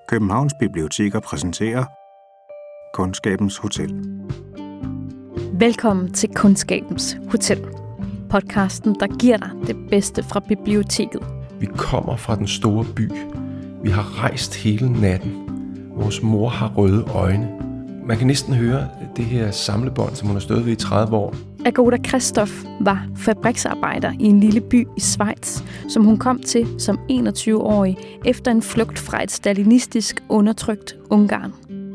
Københavns Biblioteker præsenterer Kundskabens Hotel. Velkommen til Kundskabens Hotel. Podcasten, der giver dig det bedste fra biblioteket. Vi kommer fra den store by. Vi har rejst hele natten. Vores mor har røde øjne. Man kan næsten høre det her samlebånd, som hun har stået ved i 30 år. Agoda Christoph var fabriksarbejder i en lille by i Schweiz, som hun kom til som 21-årig efter en flugt fra et stalinistisk undertrykt Ungarn.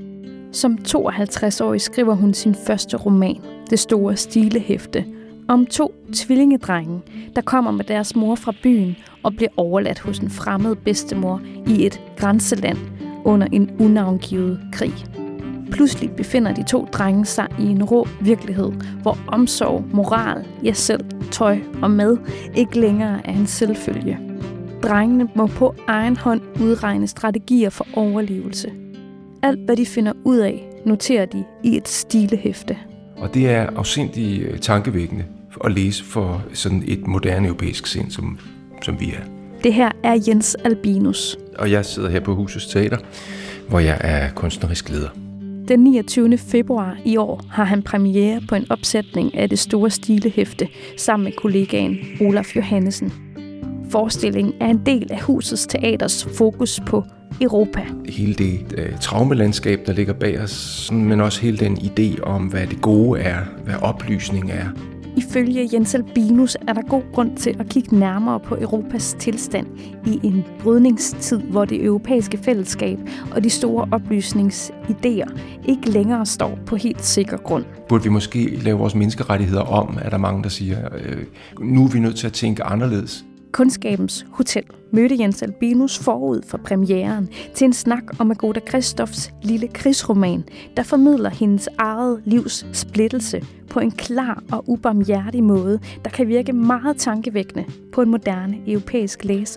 Som 52-årig skriver hun sin første roman, Det store stilehæfte, om 2 tvillingedrenge, der kommer med deres mor fra byen og bliver overladt hos en fremmed bedstemor i et grænseland under en unavngivet krig. Pludselig befinder de 2 drenge sig i en rå virkelighed, hvor omsorg, moral, ja selv, tøj og mad ikke længere er en selvfølge. Drengene må på egen hånd udregne strategier for overlevelse. Alt hvad de finder ud af, noterer de i et stilehæfte. Og det er afsindigt tankevækkende at læse for sådan et moderne europæisk sind, som vi er. Det her er Jens Albinus. Og jeg sidder her på Husets Teater, hvor jeg er kunstnerisk leder. Den 29. februar i år har han premiere på en opsætning af Det store stilehæfte sammen med kollegaen Olaf Johannesen. Forestillingen er en del af Husets Teaters fokus på Europa. Hele det traumelandskab, der ligger bag os, men også hele den idé om, hvad det gode er, hvad oplysning er. Ifølge Jens Albinus er der god grund til at kigge nærmere på Europas tilstand i en brydningstid, hvor det europæiske fællesskab og de store oplysningsidéer ikke længere står på helt sikker grund. Burde vi måske lave vores menneskerettigheder om, er der mange, der siger, nu er vi nødt til at tænke anderledes. Kundskabens Hotel mødte Jens Albinus forud for premieren til en snak om Agoda Christophs lille krigsroman, der formidler hendes eget livs splittelse på en klar og ubarmhjertig måde, der kan virke meget tankevækkende på en moderne europæisk læser.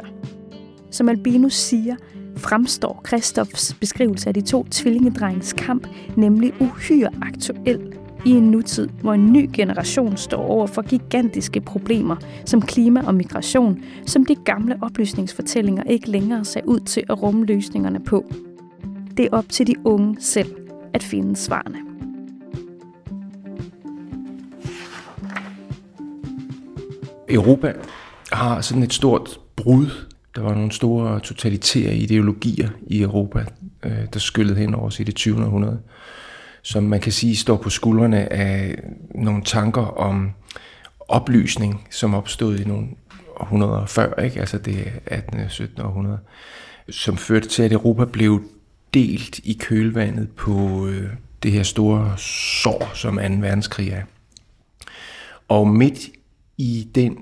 Som Albinus siger, fremstår Christophs beskrivelse af de 2 tvillingedrenges kamp nemlig uhyre aktuel i en nutid, hvor en ny generation står over for gigantiske problemer som klima og migration, som de gamle oplysningsfortællinger ikke længere ser ud til at rumme løsningerne på. Det er op til de unge selv at finde svarene. Europa har sådan et stort brud. Der var nogle store totalitære ideologier i Europa, der skyllede hen over os i det 20. århundrede, som man kan sige står på skuldrene af nogle tanker om oplysning, som opstod i nogle århundreder før, ikke? Altså det 18. og 17. århundrede, som førte til, at Europa blev delt i kølvandet på det her store sår, som 2. verdenskrig er. Og midt i den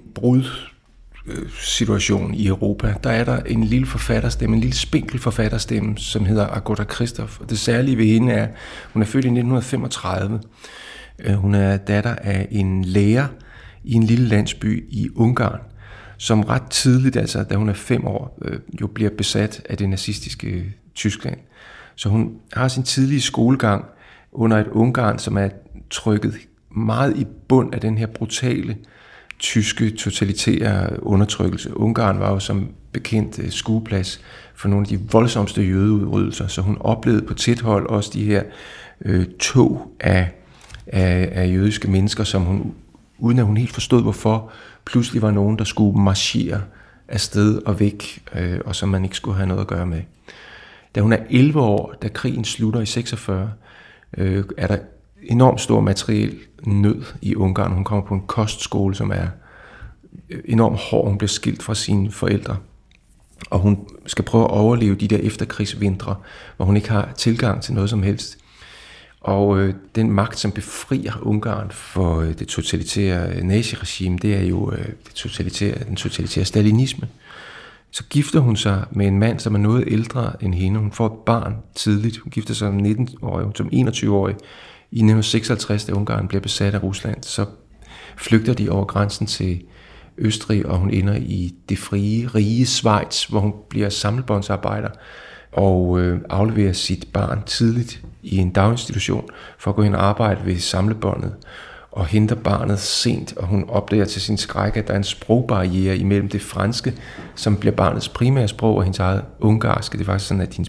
brudsituation i Europa, der er der en lille forfatterstemme, en lille spinkel forfatterstemme, som hedder Agoda Christoph. Og det særlige ved hende er, hun er født i 1935. Hun er datter af en lærer i en lille landsby i Ungarn, som ret tidligt, altså da hun er 5 år, jo bliver besat af det nazistiske Tyskland. Så hun har sin tidlige skolegang under et Ungarn, som er trykket meget i bund af den her brutale tyske totalitære undertrykkelse. Ungarn var jo som bekendt skueplads for nogle af de voldsomste jødeudryddelser, så hun oplevede på tæt hold også de her tog af jødiske mennesker, som hun, uden at hun helt forstod hvorfor, pludselig var nogen, der skulle marchere afsted og væk, og som man ikke skulle have noget at gøre med. Da hun er 11 år, da krigen slutter i 46, er der enormt stor materiel nød i Ungarn. Hun kommer på en kostskole, som er enormt hård. Hun bliver skilt fra sine forældre. Og hun skal prøve at overleve de der efterkrigsvintre, hvor hun ikke har tilgang til noget som helst. Og den magt, som befrier Ungarn for det totalitære naziregime, det er jo den totalitære stalinisme. Så gifter hun sig med en mand, som er noget ældre end hende. Hun får et barn tidligt. Hun gifter sig som 19-årig, som 21-årig. I 1956, da Ungarn bliver besat af Rusland, så flygter de over grænsen til Østrig, og hun ender i det frie, rige Schweiz, hvor hun bliver samlebåndsarbejder og afleverer sit barn tidligt i en daginstitution for at gå hen og arbejde ved samlebåndet og henter barnet sent, og hun opdager til sin skræk, at der er en sprogbarriere imellem det franske, som bliver barnets primære sprog, og hendes eget ungarske. Det er faktisk sådan, at hendes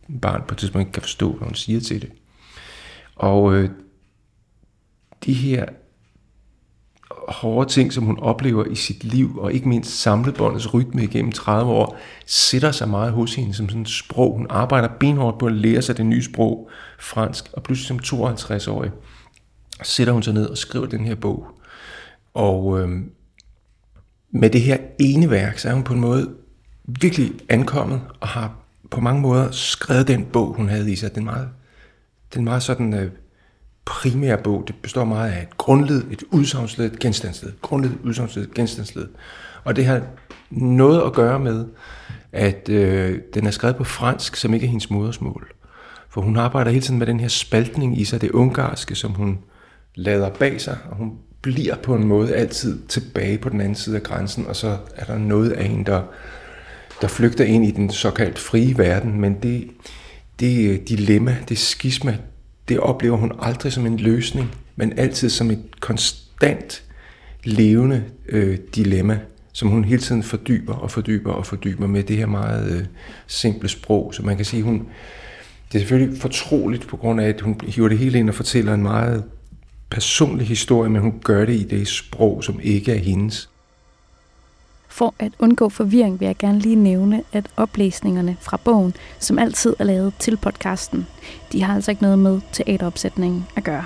barn på et tidspunkt ikke kan forstå, hvad hun siger til det. Og de her hårde ting, som hun oplever i sit liv, og ikke mindst samlebåndets rytme igennem 30 år, sætter sig meget hos hende som sådan et sprog. Hun arbejder benhårdt på at lære sig det nye sprog, fransk, og pludselig som 52-årig sætter hun sig ned og skriver den her bog. Og med det her ene værk, så er hun på en måde virkelig ankommet, og har på mange måder skrevet den bog, hun havde i sig. Den meget sådan primære bog. Det består meget af et grundled, et udsagnsled, et genstandsled. Grundled, udsagnsled, genstandsled. Og det har noget at gøre med, at den er skrevet på fransk, som ikke er hendes modersmål. For hun arbejder hele tiden med den her spaltning i sig, det ungarske, som hun lader bag sig, og hun bliver på en måde altid tilbage på den anden side af grænsen, og så er der noget af hende, der flygter ind i den såkaldt frie verden, men det dilemma, det skisma, det oplever hun aldrig som en løsning, men altid som et konstant levende dilemma, som hun hele tiden fordyber med det her meget simple sprog. Så man kan sige, det er selvfølgelig fortroligt på grund af, at hun hiver det hele ind og fortæller en meget personlig historie, men hun gør det i det sprog, som ikke er hendes. For at undgå forvirring vil jeg gerne lige nævne, at oplæsningerne fra bogen, som altid er lavet til podcasten, de har altså ikke noget med teateropsætningen at gøre.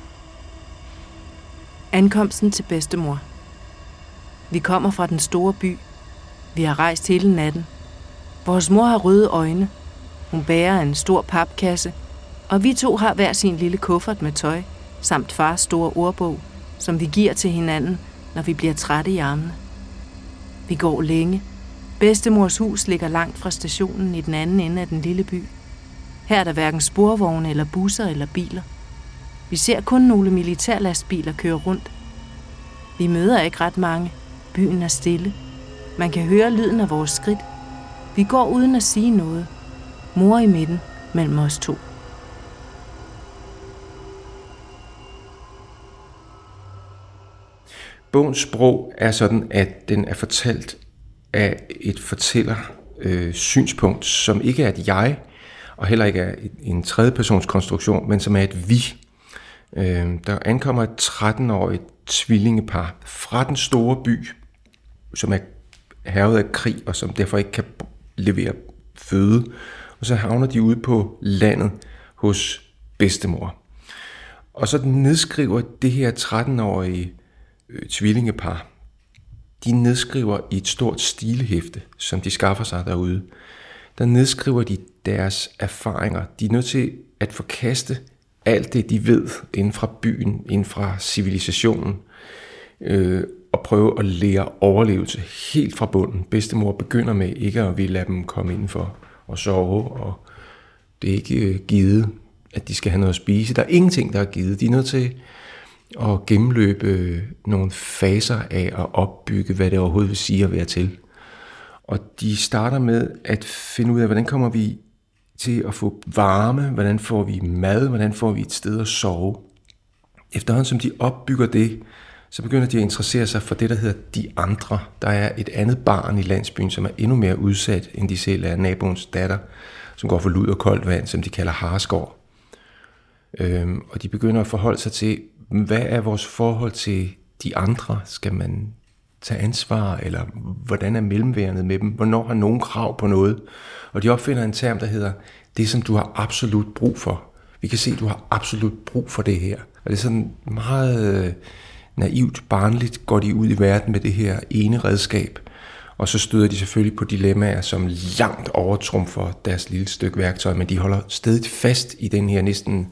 Ankomsten til bedstemor. Vi kommer fra den store by. Vi har rejst hele natten. Vores mor har røde øjne. Hun bærer en stor papkasse, og vi to har hver sin lille kuffert med tøj, samt fars store ordbog, som vi giver til hinanden, når vi bliver trætte i armene. Vi går længe. Bedstemors hus ligger langt fra stationen i den anden ende af den lille by. Her er der hverken sporvogne eller busser eller biler. Vi ser kun nogle militærlastbiler køre rundt. Vi møder ikke ret mange. Byen er stille. Man kan høre lyden af vores skridt. Vi går uden at sige noget. Mor i midten mellem os to. Bogens sprog er sådan, at den er fortalt af et synspunkt, som ikke er et jeg, og heller ikke er en tredjepersons konstruktion, men som er et vi. Der ankommer et 13-årigt tvillingepar fra den store by, som er hærget af krig, og som derfor ikke kan levere føde. Og så havner de ude på landet hos bedstemor. Og så nedskriver det her 13-årige tvillingepar, de nedskriver i et stort stilehæfte, som de skaffer sig derude. Der nedskriver de deres erfaringer. De er nødt til at forkaste alt det, de ved inden fra byen, inden fra civilisationen, og prøve at lære overlevelse helt fra bunden. Bedstemor begynder med ikke at ville lade dem komme indenfor og sove, og det er ikke givet, at de skal have noget at spise. Der er ingenting, der er givet. De er nødt til at gennemløbe nogle faser af at opbygge, hvad det overhovedet vil sige at være til. Og de starter med at finde ud af, hvordan kommer vi til at få varme, hvordan får vi mad, hvordan får vi et sted at sove. Efterhånden som de opbygger det, så begynder de at interessere sig for det, der hedder de andre. Der er et andet barn i landsbyen, som er endnu mere udsat, end de selv er, naboens datter, som går for lud og koldt vand, som de kalder Harskov. Og de begynder at forholde sig til, hvad er vores forhold til de andre? Skal man tage ansvar, eller hvordan er mellemværendet med dem? Hvornår har nogen krav på noget? Og de opfinder en term, der hedder, det som du har absolut brug for. Vi kan se, at du har absolut brug for det her. Og det er sådan meget naivt, barnligt, går de ud i verden med det her ene redskab. Og så støder de selvfølgelig på dilemmaer, som langt overtrumfer deres lille stykke værktøj, men de holder stedigt fast i den her næsten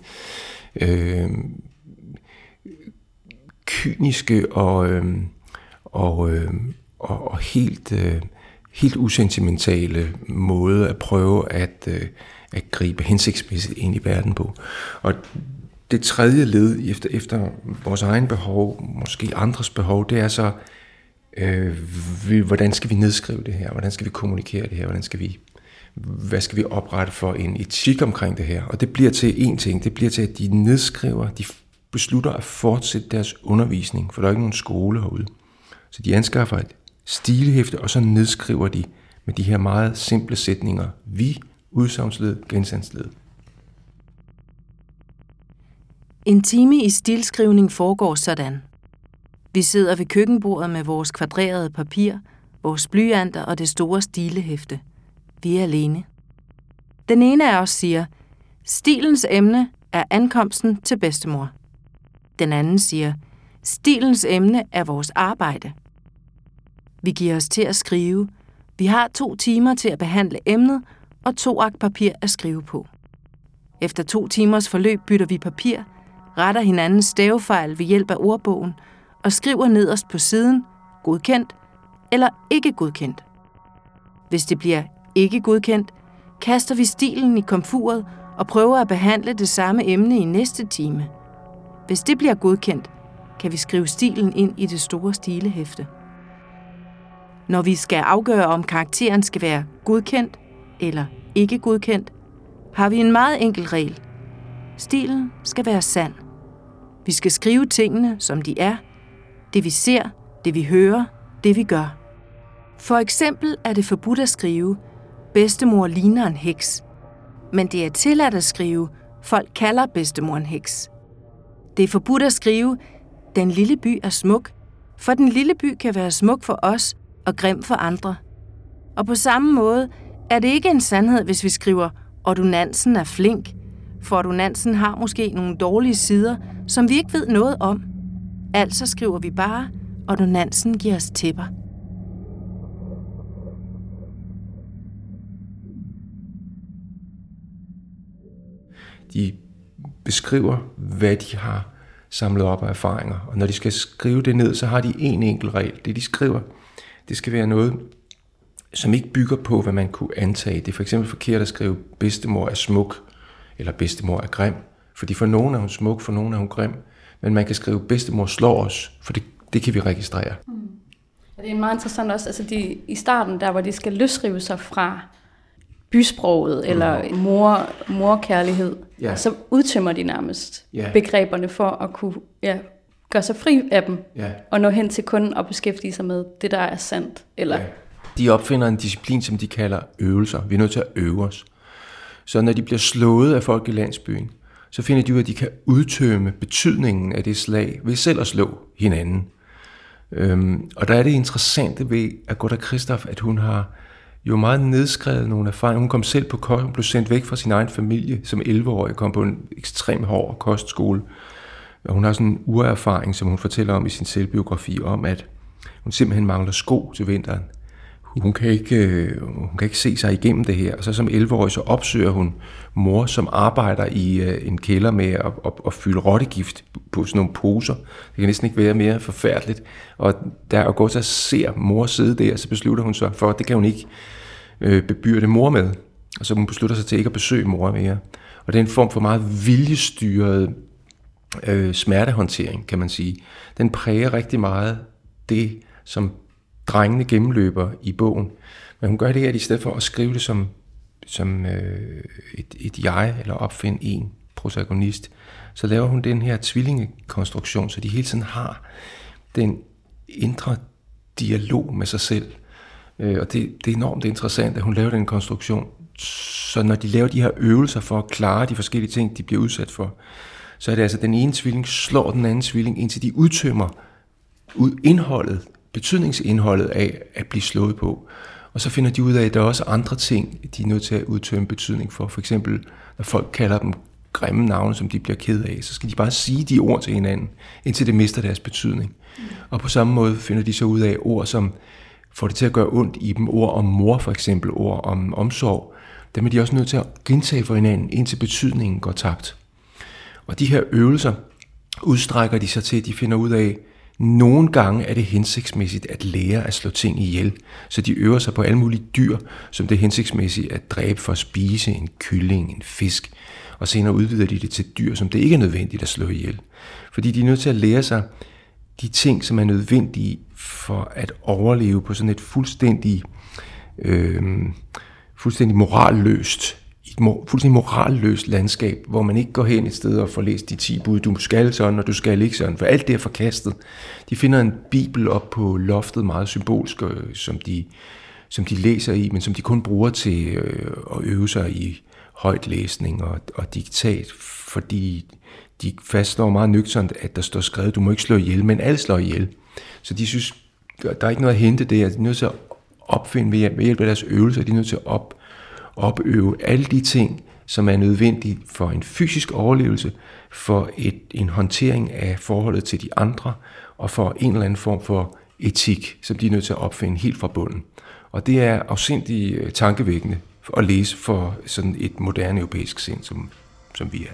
kyniske og helt usentimentale måde at prøve at gribe hensigtsmæssigt ind i verden på. Og det tredje led efter vores egen behov, måske andres behov, det er så, hvordan skal vi nedskrive det her? Hvordan skal vi kommunikere det her? Hvad skal vi oprette for en etik omkring det her? Og det bliver til én ting. Det bliver til, at de nedskriver, de beslutter at fortsætte deres undervisning, for der er ikke nogen skole herude. Så de anskaffer et stilehæfte, og så nedskriver de med de her meget simple sætninger. Vi udsagnsled, gensagsled. En time i stilskrivning foregår sådan. Vi sidder ved køkkenbordet med vores kvadrerede papir, vores blyanter og det store stilehæfte. Vi er alene. Den ene af os siger, stilens emne er ankomsten til bedstemor. Den anden siger, stilens emne er vores arbejde. Vi giver os til at skrive. Vi har 2 timer til at behandle emnet og 2 ark papir at skrive på. Efter 2 timers forløb bytter vi papir, retter hinandens stavefejl ved hjælp af ordbogen og skriver nederst på siden godkendt eller ikke godkendt. Hvis det bliver ikke godkendt, kaster vi stilen i komfuret og prøver at behandle det samme emne i næste time. Hvis det bliver godkendt, kan vi skrive stilen ind i det store stilehæfte. Når vi skal afgøre, om karakteren skal være godkendt eller ikke godkendt, har vi en meget enkel regel. Stilen skal være sand. Vi skal skrive tingene, som de er. Det vi ser, det vi hører, det vi gør. For eksempel er det forbudt at skrive, bedstemor ligner en heks. Men det er tilladt at skrive, folk kalder bedstemor en heks. Det er forbudt at skrive, den lille by er smuk, for den lille by kan være smuk for os og grim for andre. Og på samme måde er det ikke en sandhed, hvis vi skriver, ordonnansen er flink, for ordonnansen har måske nogle dårlige sider, som vi ikke ved noget om. Altså skriver vi bare, ordonnansen giver os tæpper. De beskriver, hvad de har samlet op af erfaringer. Og når de skal skrive det ned, så har de en enkelt regel. Det de skriver, det skal være noget, som ikke bygger på, hvad man kunne antage. Det er for eksempel forkert at skrive, bedstemor er smuk, eller bedstemor er grim. Fordi for nogen er hun smuk, for nogen er hun grim. Men man kan skrive, bedstemor slår os, for det kan vi registrere. Ja, det er meget interessant også, altså i starten, der hvor de skal løsrive sig fra bysproget eller morkærlighed, så udtømmer de nærmest begreberne for at kunne gøre sig fri af dem, og nå hen til kun at beskæftige sig med det, der er sandt. Eller... Ja. De opfinder en disciplin, som de kalder øvelser. Vi er nødt til at øve os. Så når de bliver slået af folk i landsbyen, så finder de ud af, at de kan udtømme betydningen af det slag ved selv at slå hinanden. Og der er det interessante ved Agota Christoph, at hun har jo meget nedskrevet nogle erfaringer. Hun kom selv på kost, hun blev sendt væk fra sin egen familie som 11-årig, kom på en ekstrem hård kostskole. Og hun har sådan en urerfaring, som hun fortæller om i sin selvbiografi, om at hun simpelthen mangler sko til vinteren. Hun kan ikke se sig igennem det her. Og så som 11-årig, så opsøger hun mor, som arbejder i en kælder med at fylde rottegift på sådan nogle poser. Det kan næsten ikke være mere forfærdeligt. Og da Agota ser mor sidde der, så beslutter hun sig for, at det kan hun ikke bebyrde mor med. Og så hun beslutter sig til ikke at besøge mor mere. Og det er en form for meget viljestyret smertehåndtering, kan man sige. Den præger rigtig meget det, som drengene gennemløber i bogen. Men hun gør det, at i stedet for at skrive det som et jeg, eller opfinde en protagonist, så laver hun den her tvillingekonstruktion, så de hele tiden har den indre dialog med sig selv. Og det er enormt interessant, at hun laver den konstruktion, så når de laver de her øvelser for at klare de forskellige ting, de bliver udsat for, så er det altså, den ene tvilling slår den anden tvilling, indtil de udtømmer indholdet, betydningsindholdet af at blive slået på. Og så finder de ud af, at der er også andre ting, de er nødt til at udtømme betydning for. For eksempel, når folk kalder dem grimme navne, som de bliver ked af, så skal de bare sige de ord til hinanden, indtil det mister deres betydning. Og på samme måde finder de så ud af ord, som får det til at gøre ondt i dem. Ord om mor, for eksempel, ord om omsorg. Dem er de også nødt til at gentage for hinanden, indtil betydningen går tabt. Og de her øvelser udstrækker de sig til, at de finder ud af, nogle gange er det hensigtsmæssigt at lære at slå ting ihjel, så de øver sig på alle mulige dyr, som det er hensigtsmæssigt at dræbe for at spise, en kylling, en fisk, og senere udvider de det til dyr, som det ikke er nødvendigt at slå ihjel. Fordi de er nødt til at lære sig de ting, som er nødvendige for at overleve på sådan et fuldstændig moralløst landskab, hvor man ikke går hen et sted og får læst de 10 bud, du skal sådan, og du skal ikke sådan, for alt det er forkastet. De finder en bibel op på loftet, meget symbolsk, som de som de læser i, men som de kun bruger til at øve sig i højtlæsning og diktat, fordi de fastslår meget nøgternt, at der står skrevet, du må ikke slå ihjel, men alle slår ihjel. Så de synes, der er ikke noget at hente der. De er nødt til at opfinde ved hjælp af deres øvelser, de er nødt til at opøve alle de ting, som er nødvendige for en fysisk overlevelse, for en håndtering af forholdet til de andre, og for en eller anden form for etik, som de er nødt til at opfinde helt fra bunden. Og det er afsindigt tankevækkende at læse for sådan et moderne europæisk sind, som vi er.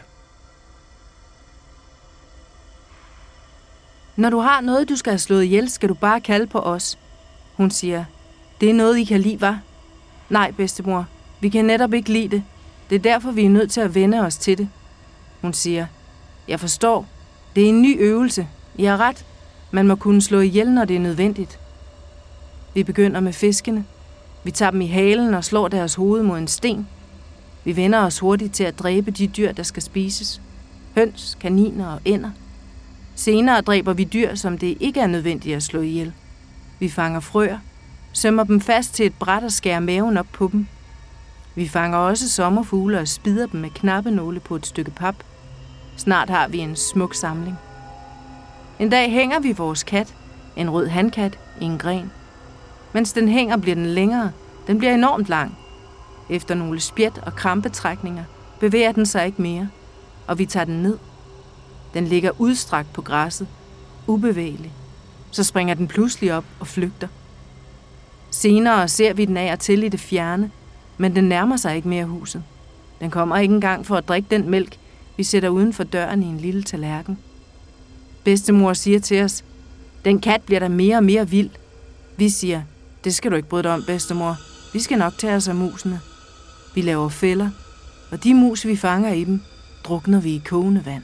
Når du har noget, du skal have slået ihjel, skal du bare kalde på os. Hun siger, det er noget, I kan lide, hva'? Nej, bedstemor, vi kan netop ikke lide det. Det er derfor, vi er nødt til at vende os til det. Hun siger, jeg forstår. Det er en ny øvelse. I har ret. Man må kunne slå ihjel, når det er nødvendigt. Vi begynder med fiskene. Vi tager dem i halen og slår deres hoved mod en sten. Vi vender os hurtigt til at dræbe de dyr, der skal spises. Høns, kaniner og ænder. Senere dræber vi dyr, som det ikke er nødvendigt at slå ihjel. Vi fanger frøer, sømmer dem fast til et bræt og skærer maven op på dem. Vi fanger også sommerfugle og spider dem med knappenåle på et stykke pap. Snart har vi en smuk samling. En dag hænger vi vores kat, en rød hankat, i en gren. Mens den hænger, bliver den længere. Den bliver enormt lang. Efter nogle spjæt og krampetrækninger bevæger den sig ikke mere, og vi tager den ned. Den ligger udstrakt på græsset, ubevægelig. Så springer den pludselig op og flygter. Senere ser vi den af og til i det fjerne, men den nærmer sig ikke mere huset. Den kommer ikke engang for at drikke den mælk, vi sætter uden for døren i en lille tallerken. Bedstemor siger til os, den kat bliver der mere og mere vild. Vi siger, det skal du ikke bryde dig om, bedstemor. Vi skal nok tage os af musene. Vi laver fælder, og de mus, vi fanger i dem, drukner vi i kogende vand.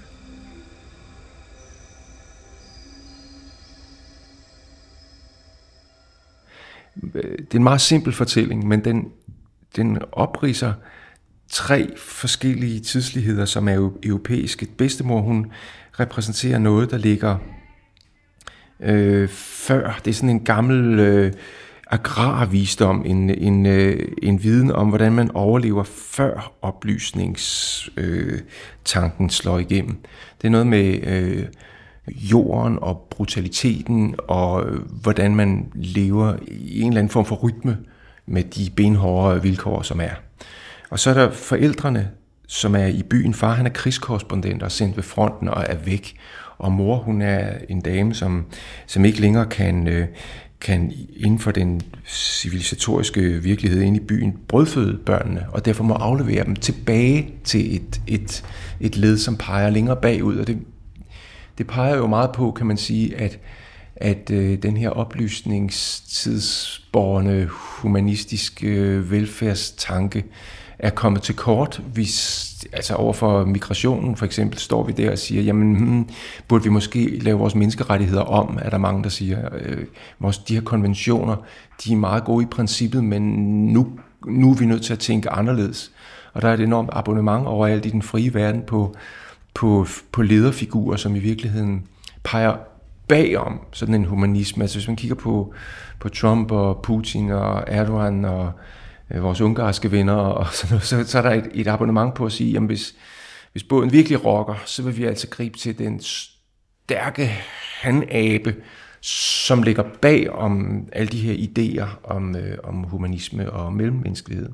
Det er en meget simpel fortælling, men den opridser 3 forskellige tidsligheder, som er europæiske. Bedstemor, hun repræsenterer noget, der ligger før. Det er sådan en gammel agrarvisdom, en viden om, hvordan man overlever før oplysningstanken slår igennem. Det er noget med jorden og brutaliteten, og hvordan man lever i en eller anden form for rytme med de benhårde vilkår, som er. Og så er der forældrene, som er i byen. Far, han er krigskorrespondent og er sendt ved fronten og er væk. Og mor, hun er en dame, som ikke længere kan inden for den civilisatoriske virkelighed inde i byen brødføde børnene, og derfor må aflevere dem tilbage til et led, som peger længere bagud. Og det peger jo meget på, kan man sige, at den her oplysningstidsborgende humanistiske velfærdstanke er kommet til kort. Altså overfor migrationen for eksempel står vi der og siger, jamen burde vi måske lave vores menneskerettigheder om, er der mange, der siger. De her konventioner, de er meget gode i princippet, men nu er vi nødt til at tænke anderledes. Og der er et enormt abonnement overalt i den frie verden på lederfigurer, som i virkeligheden peger bagom sådan en humanisme. Altså hvis man kigger på Trump og Putin og Erdogan og vores ungarske venner, og så er der et abonnement på at sige, jamen hvis båden virkelig rokker, så vil vi altså gribe til den stærke hanabe, som ligger bag om alle de her idéer om humanisme og mellemmenneskelighed.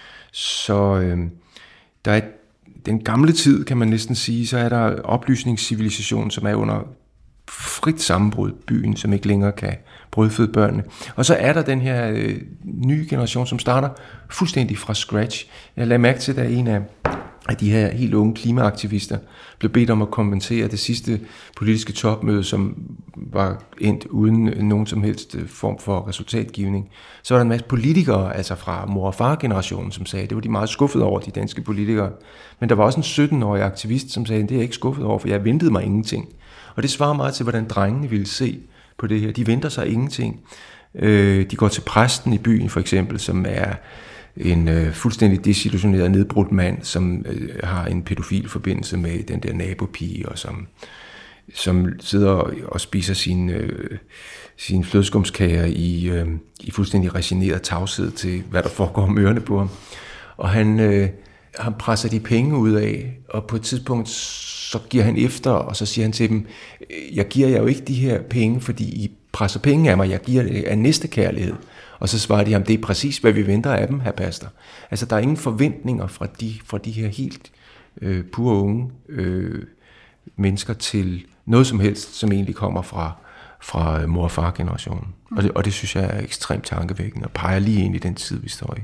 Så der er den gamle tid, kan man næsten sige, så er der oplysningscivilisationen, som er under frit sammenbrud, byen, som ikke længere kan brødføde børnene. Og så er der den her nye generation, som starter fuldstændig fra scratch. Jeg lagde mærke til, at en af de her helt unge klimaaktivister blev bedt om at kommentere det sidste politiske topmøde, som var endt uden nogen som helst form for resultatgivning. Så var der en masse politikere, altså fra mor- og far-generationen, som sagde, det var de meget skuffede over, de danske politikere. Men der var også en 17-årig aktivist, som sagde, det er jeg ikke skuffet over, for jeg ventede mig ingenting. Og det svarer meget til, hvordan drengene ville se på det her. De venter sig ingenting. De går til præsten i byen, for eksempel, som er en fuldstændig desillusioneret, nedbrudt mand, som har en pædofil forbindelse med den der nabopige, og som som sidder og spiser sine flødeskumskager i fuldstændig resigneret tavshed til, hvad der foregår om ørerne på ham. Og han presser de penge ud af, og på et tidspunkt så giver han efter, og så siger han til dem, jeg giver jer jo ikke de her penge, fordi I presser penge af mig, jeg giver det af næstekærlighed. Og så svarer de ham, det er præcis, hvad vi venter af dem, hr. pastor. Altså, der er ingen forventninger fra de her helt pure unge mennesker til noget som helst, som egentlig kommer fra mor- og far-generationen. Og det synes jeg er ekstremt tankevækkende, og peger lige ind i den tid, vi står i.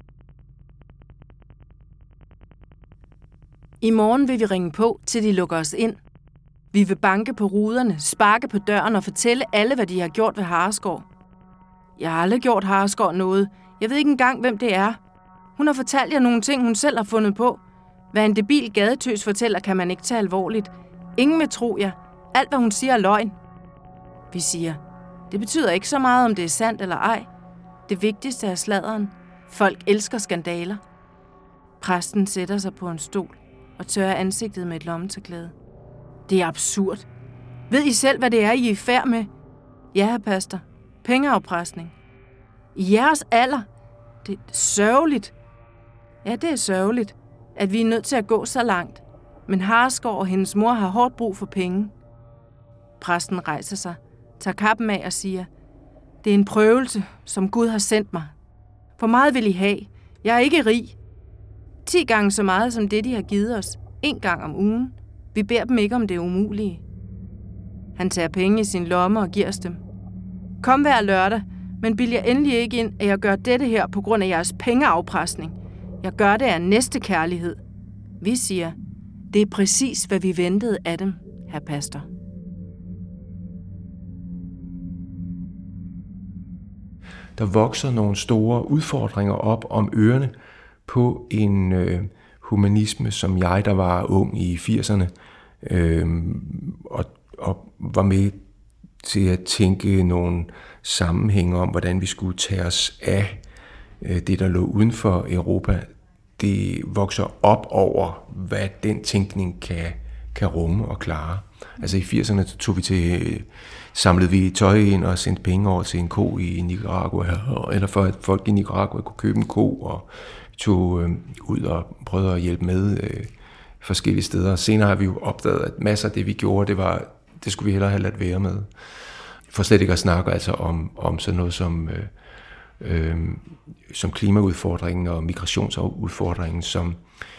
I morgen vil vi ringe på, til de lukker os ind. Vi vil banke på ruderne, sparke på døren og fortælle alle, hvad de har gjort ved Haresgaard. Jeg har aldrig gjort Haresgaard noget. Jeg ved ikke engang, hvem det er. Hun har fortalt jer nogle ting, hun selv har fundet på. Hvad en debil gadetøs fortæller, kan man ikke tage alvorligt. Ingen vil tro jer. Alt, hvad hun siger, er løgn. Vi siger, det betyder ikke så meget, om det er sandt eller ej. Det vigtigste er sladderen. Folk elsker skandaler. Præsten sætter sig på en stol og tørrer ansigtet med et lommetørklæde. Det er absurd. Ved I selv, hvad det er, I er i færd med? Ja, hr. pastor. Pengeafpresning. I jeres alder. Det er sørgeligt. Ja, det er sørgeligt, at vi er nødt til at gå så langt. Men Haresgaard og hendes mor har hårdt brug for penge. Præsten rejser sig, tager kappen af og siger, det er en prøvelse, som Gud har sendt mig. Hvor meget vil I have? Jeg er ikke rig. 10 gange så meget som det, de har givet os. 1 gang om ugen. Vi beder dem ikke om det umulige. Han tager penge i sin lomme og giver os dem. Kom hver lørdag, men bilder endelig ikke ind, at jeg gør dette her på grund af jeres pengeafpresning. Jeg gør det af næstekærlighed. Vi siger, det er præcis, hvad vi ventede af dem, hr. pastor. Der vokser nogle store udfordringer op om ørerne på en humanisme, som jeg, der var ung i 80'erne, og var med til at tænke nogle sammenhænge om, hvordan vi skulle tage os af det, der lå uden for Europa. Det vokser op over, hvad den tænkning kan rumme og klare. Altså i 80'erne samlede vi tøj ind og sendte penge over til en ko i Nicaragua, eller for at folk i Nicaragua kunne købe en ko, og tog ud og prøvede at hjælpe med forskellige steder. Senere har vi jo opdaget, at masser af det, vi gjorde, det skulle vi hellere have ladt være med. For slet ikke at snakke altså om sådan noget som klimaudfordringen og migrationsudfordringen, som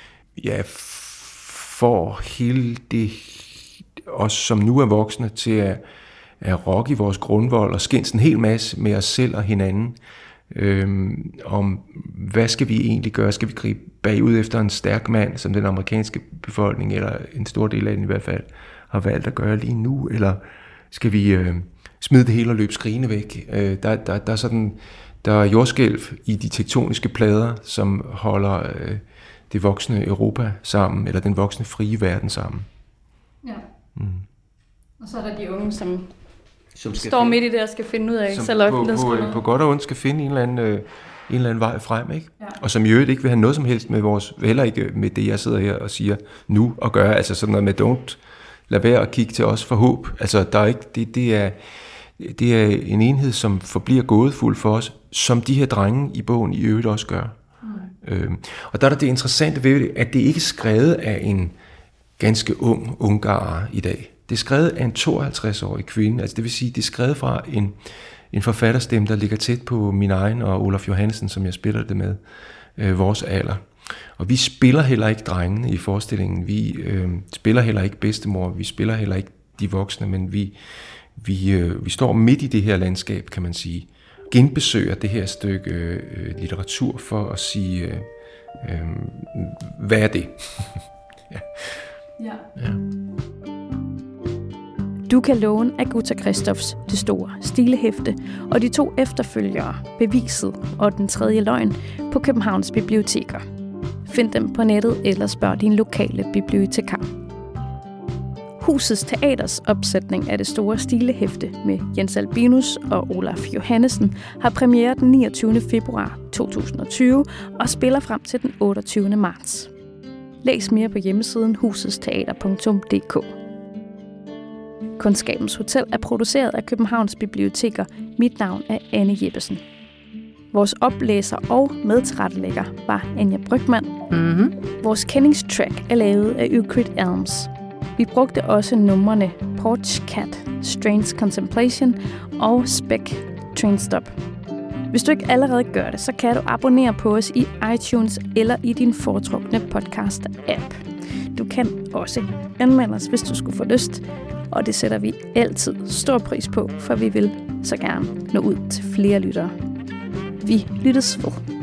får hele det, os som nu er voksne, til at rokke i vores grundvold og skændes en hel masse med os selv og hinanden, om hvad skal vi egentlig gøre? Skal vi gribe bagud efter en stærk mand, som den amerikanske befolkning, eller en stor del af den i hvert fald, har valgt at gøre lige nu? Eller skal vi smide det hele og løbe skrigende væk? Der er jordskælv i de tektoniske plader, som holder det voksne Europa sammen, eller den voksne frie verden sammen. Ja. Og så er der de unge, som står midt i det og skal finde ud af, som på godt og ondt skal finde en eller anden vej frem, ikke? Ja. Og som i øvrigt ikke vil have noget som helst med heller ikke med det, jeg sidder her og siger nu og gør, altså sådan noget med don't lad være at kigge til os for håb. Altså der er ikke det er en enhed, som forbliver gådefuld for os, som de her drenge i bogen i øvrigt også gør. Og der er det interessante ved det, at det ikke er skrevet af en ganske ung ungarer i dag. Det er skrevet af en 52-årig kvinde, altså det vil sige, det er skrevet fra en forfatterstemme, der ligger tæt på min egen og Olaf Johansen, som jeg spiller det med, vores alder. Og vi spiller heller ikke drengene i forestillingen, vi spiller heller ikke bedstemor, vi spiller heller ikke de voksne, men vi står midt i det her landskab, kan man sige. Genbesøger det her stykke litteratur for at sige, hvad er det? Ja. Du kan låne Agatha Christoffs Det Store Stilehæfte og de 2 efterfølgere, Beviset og Den Tredje Løgn, på Københavns biblioteker. Find dem på nettet eller spørg din lokale bibliotekar. Husets Teaters opsætning af Det Store Stilehæfte med Jens Albinus og Olaf Johansen har premiere den 29. februar 2020 og spiller frem til den 28. marts. Læs mere på hjemmesiden husesteater.dk. Kundskabens Hotel er produceret af Københavns Biblioteker. Mit navn er Anne Jeppesen. Vores oplæser og medtilrettelægger var Anja Brygmann. Vores kendingstrack er lavet af Euclid Elms. Vi brugte også numrene Porch Cat, Strange Contemplation og Spec Trainstop. Hvis du ikke allerede gør det, så kan du abonnere på os i iTunes eller i din foretrukne podcast-app. Du kan også anmelde os, hvis du skulle få lyst, og det sætter vi altid stor pris på, for vi vil så gerne nå ud til flere lyttere. Vi lyttes ved.